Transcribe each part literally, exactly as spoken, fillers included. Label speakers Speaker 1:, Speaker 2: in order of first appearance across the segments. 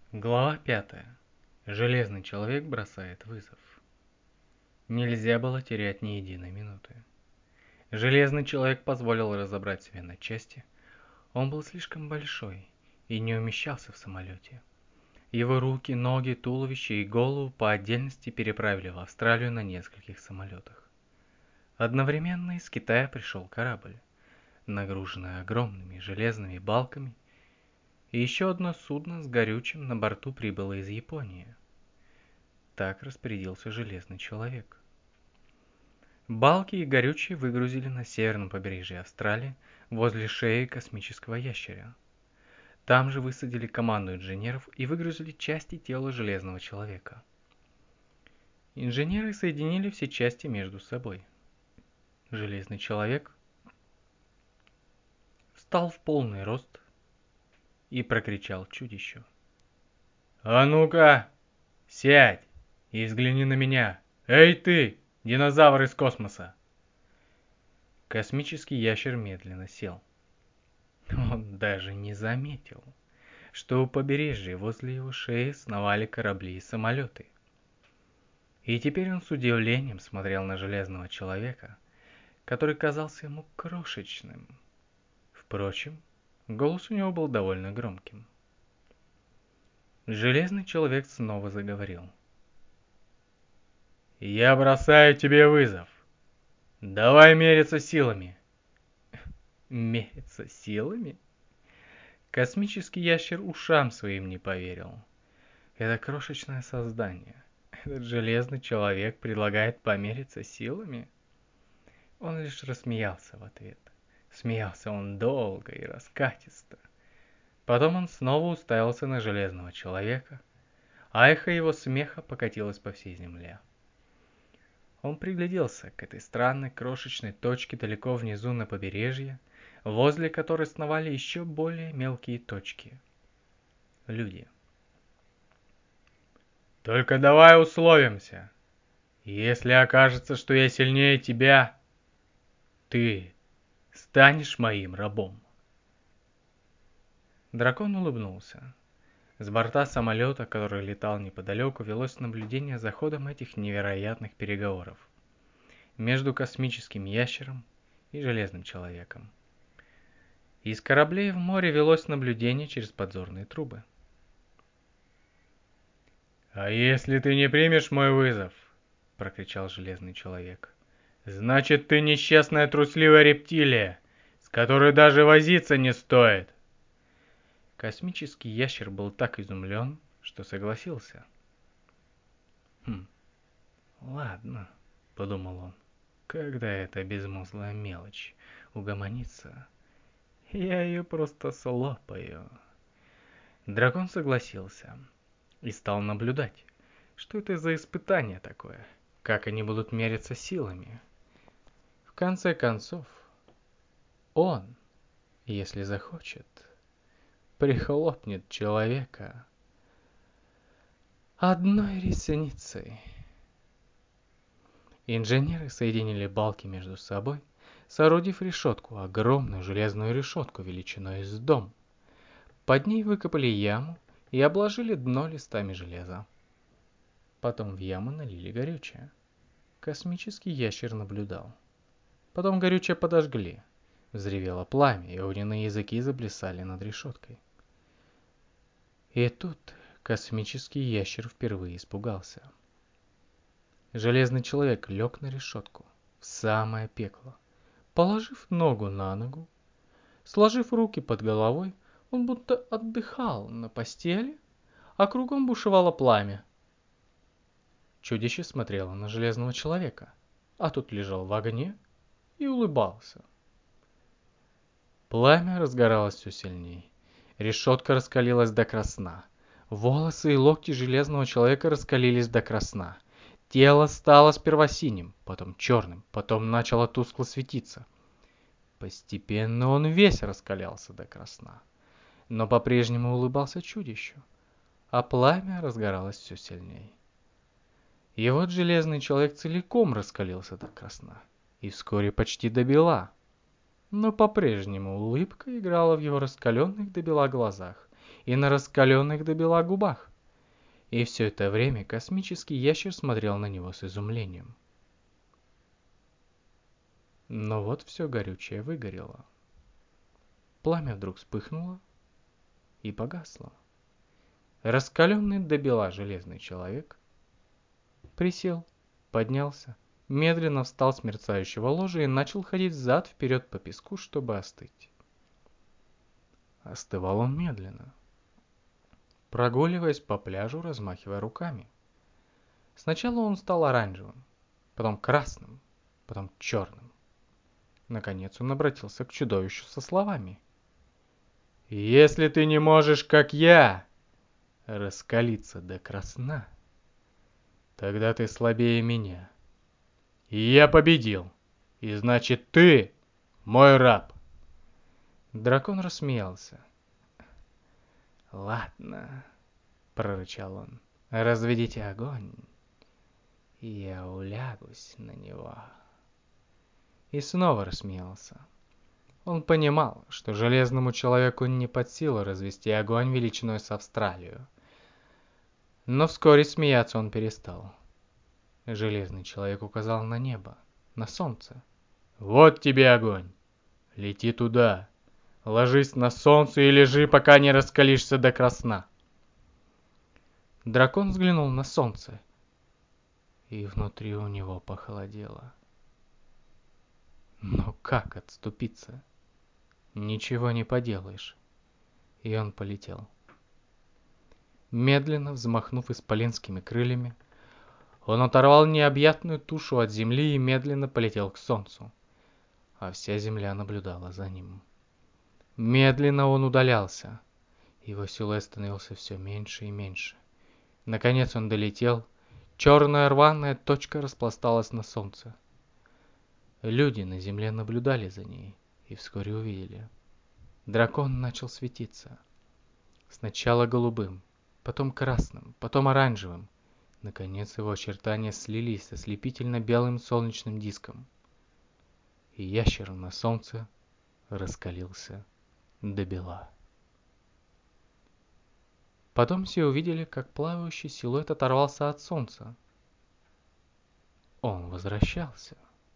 Speaker 1: Глава пятая. Железный человек бросает вызов. Нельзя было терять ни единой минуты. Железный человек позволил разобрать себя на части. Он был слишком большой и не умещался в самолете. Его руки, ноги, туловище и голову по отдельности переправили в Австралию на нескольких самолетах. Одновременно из Китая пришел корабль, нагруженный огромными железными балками, и еще одно судно с горючим на борту прибыло из Японии. Так распорядился Железный человек. Балки и горючее выгрузили на северном побережье Австралии, возле шеи космического ящера. Там же высадили команду инженеров и выгрузили части тела Железного человека. Инженеры соединили все части между собой. Железный человек встал в полный рост и прокричал чудищу: «А ну-ка, сядь и взгляни на меня! Эй ты, динозавр из космоса!» Космический ящер медленно сел. Он даже не заметил, что у побережья возле его шеи сновали корабли и самолеты. И теперь он с удивлением смотрел на Железного человека, который казался ему крошечным. Впрочем, голос у него был довольно громким. Железный человек снова заговорил. «Я бросаю тебе вызов. Давай мериться силами». Мериться силами? Космический ящер ушам своим не поверил. Это крошечное создание, этот железный человек предлагает помериться силами? Он лишь рассмеялся в ответ. Смеялся он долго и раскатисто. Потом он снова уставился на Железного человека, а эхо его смеха покатилось по всей земле. Он пригляделся к этой странной крошечной точке далеко внизу на побережье, возле которой сновали еще более мелкие точки. Люди. «Только давай условимся. Если окажется, что я сильнее тебя, ты станешь моим рабом». Дракон улыбнулся. С борта самолета, который летал неподалеку, велось наблюдение за ходом этих невероятных переговоров между космическим ящером и Железным человеком. Из кораблей в море велось наблюдение через подзорные трубы. «А если ты не примешь мой вызов?» — прокричал Железный человек. «Значит, ты несчастная трусливая рептилия, с которой даже возиться не стоит!» Космический ящер был так изумлен, что согласился. «Хм, ладно», — подумал он, — «когда эта безмозглая мелочь угомонится, я ее просто слопаю». Дракон согласился и стал наблюдать, что это за испытание такое, как они будут мериться силами. В конце концов, он, если захочет, прихлопнет человека одной ресницей. Инженеры соединили балки между собой, соорудив решетку, огромную железную решетку величиной с дом. Под ней выкопали яму и обложили дно листами железа. Потом в яму налили горючее. Космический ящер наблюдал. Потом горючее подожгли. Взревело пламя, и огненные языки заплясали над решеткой. И тут космический ящер впервые испугался. Железный человек лег на решетку, в самое пекло. Положив ногу на ногу, сложив руки под головой, он будто отдыхал на постели, а кругом бушевало пламя. Чудище смотрело на Железного человека, а тот лежал в огне и улыбался. Пламя разгоралось все сильнее. Решетка раскалилась до красна. Волосы и локти Железного человека раскалились до красна. Тело стало сперва синим, потом черным, потом начало тускло светиться. Постепенно он весь раскалялся до красна, но по-прежнему улыбался чудищу, а пламя разгоралось все сильнее. И вот Железный человек целиком раскалился до красна, и вскоре почти до бела. Но по-прежнему улыбка играла в его раскаленных до бела глазах, и на раскаленных до бела губах. И все это время космический ящер смотрел на него с изумлением. Но вот все горючее выгорело. Пламя вдруг вспыхнуло и погасло. Раскаленный до бела железный человек присел, поднялся, медленно встал с мерцающего ложа и начал ходить взад-вперед по песку, чтобы остыть. Остывал он медленно, прогуливаясь по пляжу, размахивая руками. Сначала он стал оранжевым, потом красным, потом черным. Наконец он обратился к чудовищу со словами: «Если ты не можешь, как я, раскалиться до красна, тогда ты слабее меня. И я победил, и значит ты мой раб». Дракон рассмеялся. «Ладно», — прорычал он, — «разведите огонь, и я улягусь на него». И снова рассмеялся. Он понимал, что железному человеку не под силу развести огонь величиной с Австралию. Но вскоре смеяться он перестал. Железный человек указал на небо, на солнце. «Вот тебе огонь! Лети туда! Ложись на солнце и лежи, пока не раскалишься до красна!» Дракон взглянул на солнце, и внутри у него похолодело. Но как отступиться? Ничего не поделаешь. И он полетел. Медленно взмахнув исполинскими крыльями, он оторвал необъятную тушу от земли и медленно полетел к солнцу, а вся земля наблюдала за ним. Медленно он удалялся. Его силуэт становился все меньше и меньше. Наконец он долетел. Черная рваная точка распласталась на солнце. Люди на земле наблюдали за ней и вскоре увидели. Дракон начал светиться. Сначала голубым, потом красным, потом оранжевым. Наконец его очертания слились с ослепительно-белым солнечным диском. И ящер на солнце раскалился до бела. Потом все увидели, как плавающий силуэт оторвался от солнца. Он возвращался.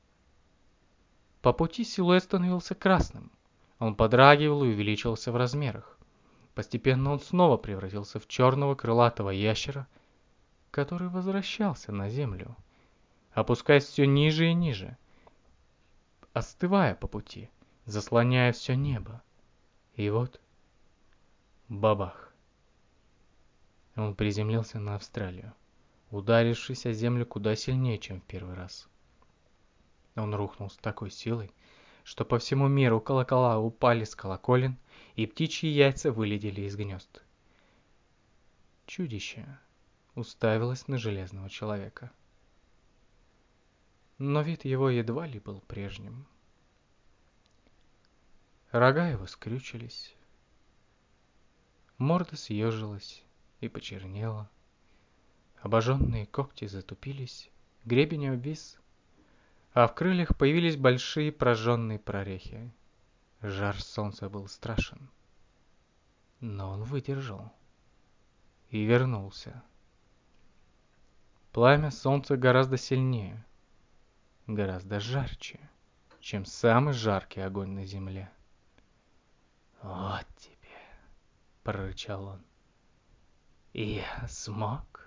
Speaker 1: По пути силуэт становился красным. Он подрагивал и увеличивался в размерах. Постепенно он снова превратился в черного крылатого ящера, который возвращался на землю, опускаясь все ниже и ниже, остывая по пути, заслоняя все небо. И вот бабах! Он приземлился на Австралию, ударившись о землю куда сильнее, чем в первый раз. Он рухнул с такой силой, что по всему миру колокола упали с колоколен, и птичьи яйца вылетели из гнезд. Чудище уставилось на железного человека. Но вид его едва ли был прежним. Рога его скрючились, морда съежилась и почернела, обожженные когти затупились, гребень обвис, а в крыльях появились большие прожженные прорехи. Жар солнца был страшен, но он выдержал и вернулся. Пламя солнца гораздо сильнее, гораздо жарче, чем самый жаркий огонь на земле. «Вот тебе», — прорычал он, — «и я смог».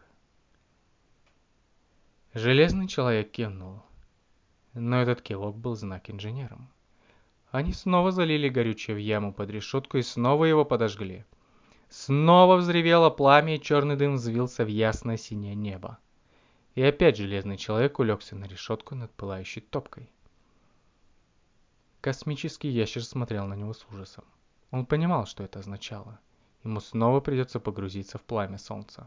Speaker 1: Железный человек кивнул, но этот кивок был знак инженерам. Они снова залили горючее в яму под решетку и снова его подожгли. Снова взревело пламя, и черный дым взвился в ясное синее небо. И опять железный человек улегся на решетку над пылающей топкой. Космический ящер смотрел на него с ужасом. Он понимал, что это означало. Ему снова придется погрузиться в пламя солнца.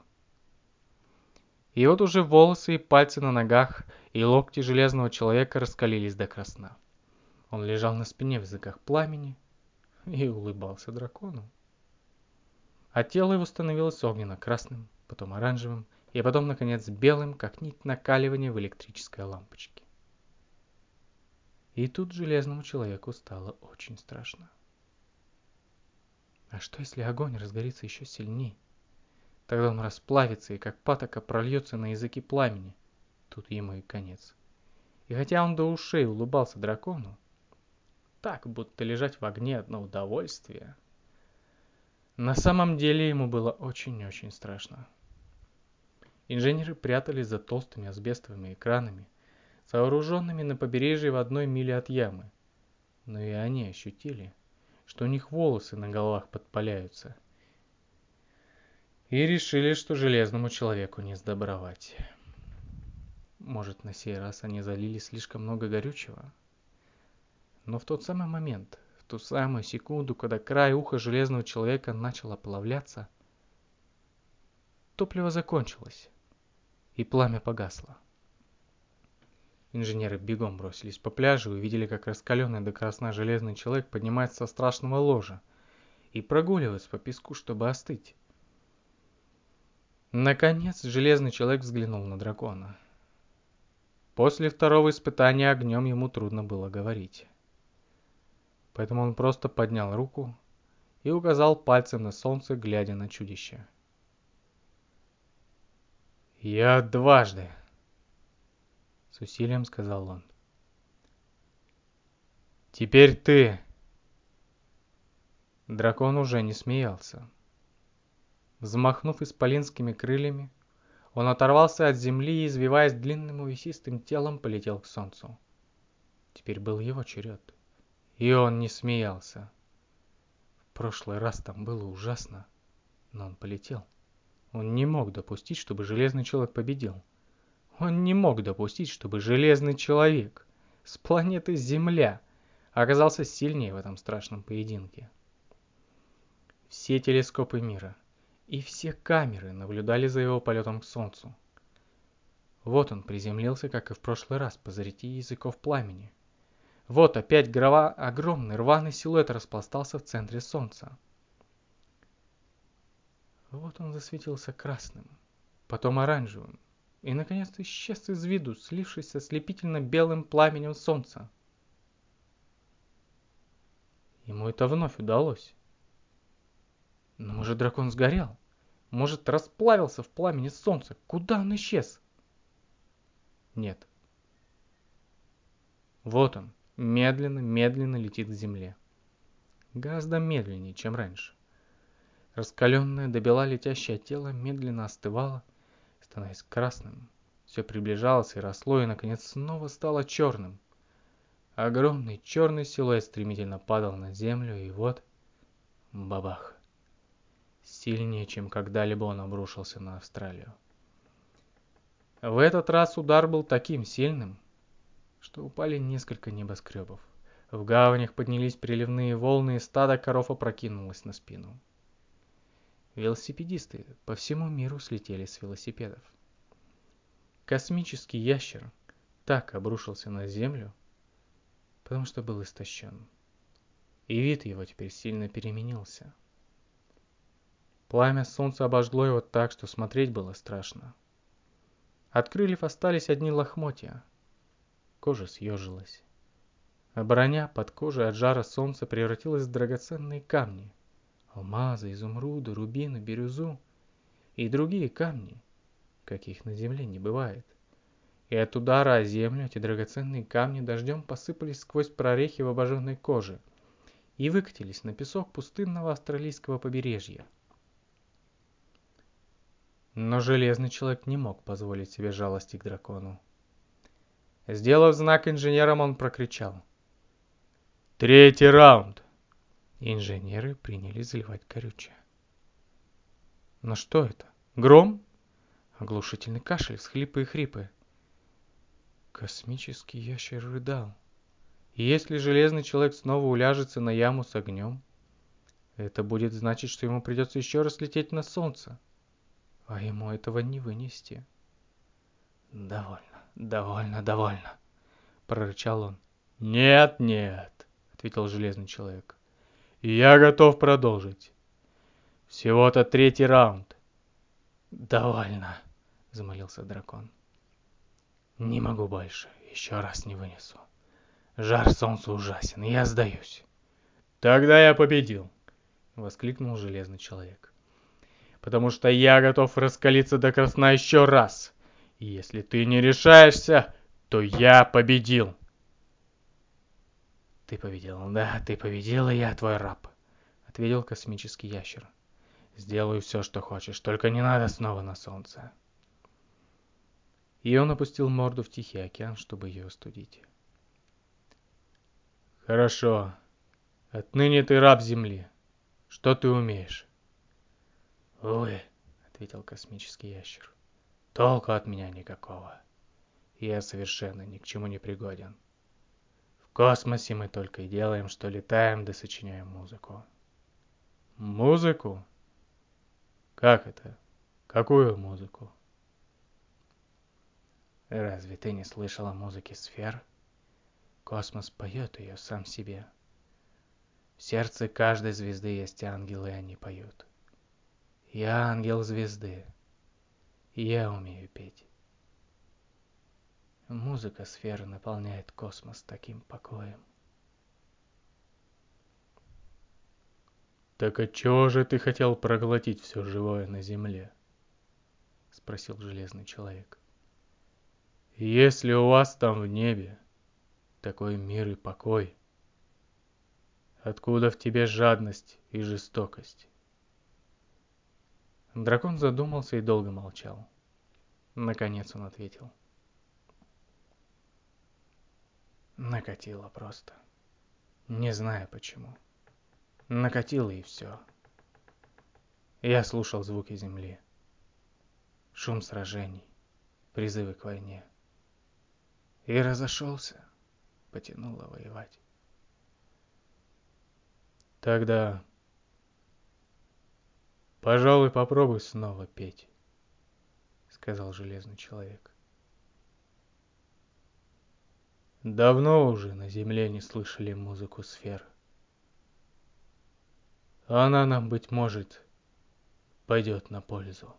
Speaker 1: И вот уже волосы и пальцы на ногах и локти железного человека раскалились до красна. Он лежал на спине в языках пламени и улыбался дракону. А тело его становилось огненно-красным, потом оранжевым, и потом, наконец, белым, как нить накаливания в электрической лампочке. И тут железному человеку стало очень страшно. А что, если огонь разгорится еще сильней? Тогда он расплавится и как патока прольется на языки пламени. Тут ему и конец. И хотя он до ушей улыбался дракону, так, будто лежать в огне одно удовольствие, на самом деле ему было очень-очень страшно. Инженеры прятались за толстыми асбестовыми экранами, сооруженными на побережье в одной миле от ямы. Но и они ощутили, что у них волосы на головах подпаляются. И решили, что железному человеку не сдобровать. Может, на сей раз они залили слишком много горючего? Но в тот самый момент, в ту самую секунду, когда край уха железного человека начал оплавляться, топливо закончилось, и пламя погасло. Инженеры бегом бросились по пляжу и увидели, как раскаленный до красна железный человек поднимается со страшного ложа и прогуливается по песку, чтобы остыть. Наконец, железный человек взглянул на дракона. После второго испытания огнем ему трудно было говорить. Поэтому он просто поднял руку и указал пальцем на солнце, глядя на чудище. «Я дважды», — с усилием сказал он. «Теперь ты». Дракон уже не смеялся. Взмахнув исполинскими крыльями, он оторвался от земли и, извиваясь длинным увесистым телом, полетел к солнцу. Теперь был его черед. И он не смеялся. В прошлый раз там было ужасно, но он полетел. Он не мог допустить, чтобы Железный Человек победил. Он не мог допустить, чтобы Железный Человек с планеты Земля оказался сильнее в этом страшном поединке. Все телескопы мира и все камеры наблюдали за его полетом к Солнцу. Вот он приземлился, как и в прошлый раз, позади языков пламени. Вот опять грова, огромный рваный силуэт распластался в центре Солнца. Вот он засветился красным, потом оранжевым, и наконец-то исчез из виду, слившись со ослепительно-белым пламенем Солнца. Ему это вновь удалось. Но может, дракон сгорел? Может, расплавился в пламени Солнца? Куда он исчез? Нет. Вот он, медленно-медленно летит к земле. Гораздо медленнее, чем раньше. Раскаленное до бела летящее тело медленно остывало, становясь красным. Все приближалось и росло, и, наконец, снова стало черным. Огромный черный силуэт стремительно падал на землю, и вот... бабах. Сильнее, чем когда-либо он обрушился на Австралию. В этот раз удар был таким сильным, что упали несколько небоскребов. В гаванях поднялись приливные волны, и стадо коров опрокинулось на спину. Велосипедисты по всему миру слетели с велосипедов. Космический ящер так обрушился на землю, потому что был истощен. И вид его теперь сильно переменился. Пламя солнца обожгло его так, что смотреть было страшно. От крыльев остались одни лохмотья. Кожа съежилась. А броня под кожей от жара солнца превратилась в драгоценные камни. Алмазы, изумруды, рубины, бирюзу и другие камни, каких на земле не бывает. И от удара о землю эти драгоценные камни дождем посыпались сквозь прорехи в обожженной коже и выкатились на песок пустынного австралийского побережья. Но Железный Человек не мог позволить себе жалости к дракону. Сделав знак инженерам, он прокричал: «Третий раунд!» Инженеры принялись заливать горючее. Но что это? Гром? Оглушительный кашель, всхлипы и хрипы. Космический ящер рыдал. И если Железный Человек снова уляжется на яму с огнем, это будет значить, что ему придется еще раз лететь на солнце. А ему этого не вынести. «Довольно, довольно, довольно», — прорычал он. «Нет, нет», — ответил Железный Человек. «Я готов продолжить. Всего-то третий раунд». «Довольно», — замолился дракон. «Не могу больше, еще раз не вынесу. Жар солнца ужасен, я сдаюсь». «Тогда я победил. — воскликнул Железный Человек. «Потому что я готов раскалиться до красна еще раз. И если ты не решаешься, то я победил». «Ты победил, да, ты победил, и я твой раб», — ответил космический ящер. «Сделаю все, что хочешь, только не надо снова на солнце». И он опустил морду в Тихий океан, чтобы ее остудить. «Хорошо. Отныне ты раб Земли. Что ты умеешь?» «Увы», — ответил космический ящер. «Толку от меня никакого. Я совершенно ни к чему не пригоден. В космосе мы только и делаем, что летаем да сочиняем музыку». «Музыку? Как это? Какую музыку?» «Разве ты не слышал о музыке сфер? Космос поет ее сам себе. В сердце каждой звезды есть ангелы, и они поют. Я ангел звезды, и я умею петь. Музыка сферы наполняет космос таким покоем». «Так отчего же ты хотел проглотить все живое на Земле?» — спросил Железный Человек. «Если у вас там в небе такой мир и покой, откуда в тебе жадность и жестокость?» Дракон задумался и долго молчал. Наконец он ответил. «Накатило просто. Не знаю почему. Накатило и все. Я слушал звуки земли, шум сражений, призывы к войне. И разошелся, потянуло воевать. Тогда, пожалуй, попробуй снова петь», — сказал Железный Человек. «Давно уже на Земле не слышали музыку сфер. Она нам, быть может, пойдет на пользу».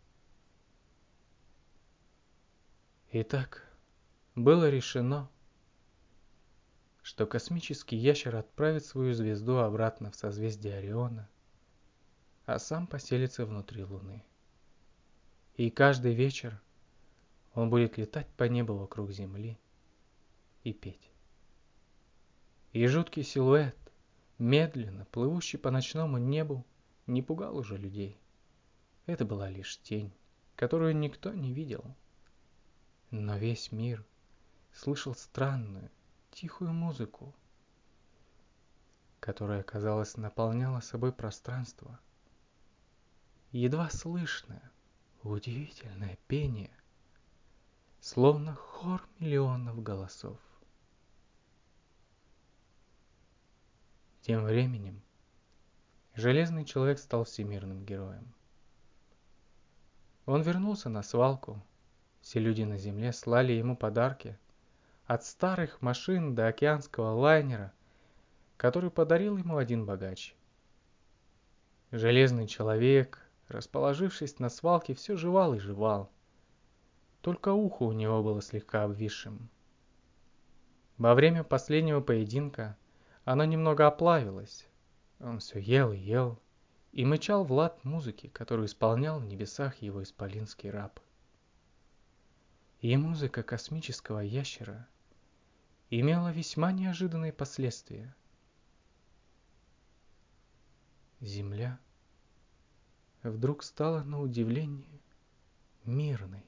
Speaker 1: Итак, было решено, что космический ящер отправит свою звезду обратно в созвездие Ориона, а сам поселится внутри Луны. И каждый вечер он будет летать по небу вокруг Земли и петь. И жуткий силуэт, медленно плывущий по ночному небу, не пугал уже людей. Это была лишь тень, которую никто не видел. Но весь мир слышал странную, тихую музыку, которая, казалось, наполняла собой пространство. Едва слышное, удивительное пение, словно хор миллионов голосов. Тем временем Железный Человек стал всемирным героем. Он вернулся на свалку. Все люди на земле слали ему подарки, от старых машин до океанского лайнера, который подарил ему один богач. Железный Человек, расположившись на свалке, все жевал и жевал. Только ухо у него было слегка обвисшим. Во время последнего поединка оно немного оплавилось. Он все ел и ел, и мычал в лад музыки, которую исполнял в небесах его исполинский раб. И музыка космического ящера имела весьма неожиданные последствия. Земля вдруг стала на удивление мирной.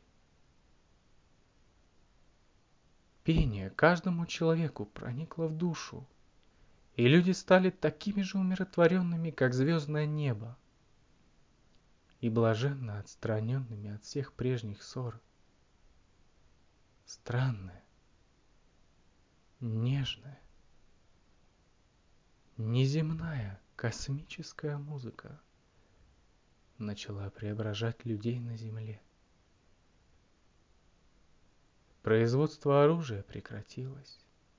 Speaker 1: Пение каждому человеку проникло в душу, и люди стали такими же умиротворенными, как звездное небо, и блаженно отстраненными от всех прежних ссор. Странная, нежная, неземная космическая музыка начала преображать людей на Земле. Производство оружия прекратилось.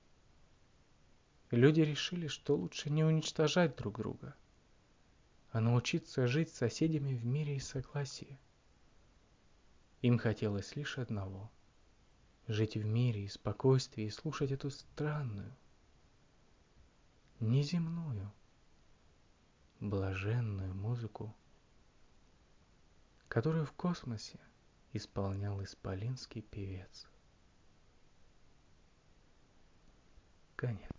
Speaker 1: Люди решили, что лучше не уничтожать друг друга, а научиться жить с соседями в мире и согласии. Им хотелось лишь одного — жить в мире и спокойствии и слушать эту странную, неземную, блаженную музыку, которую в космосе исполнял исполинский певец. Конец.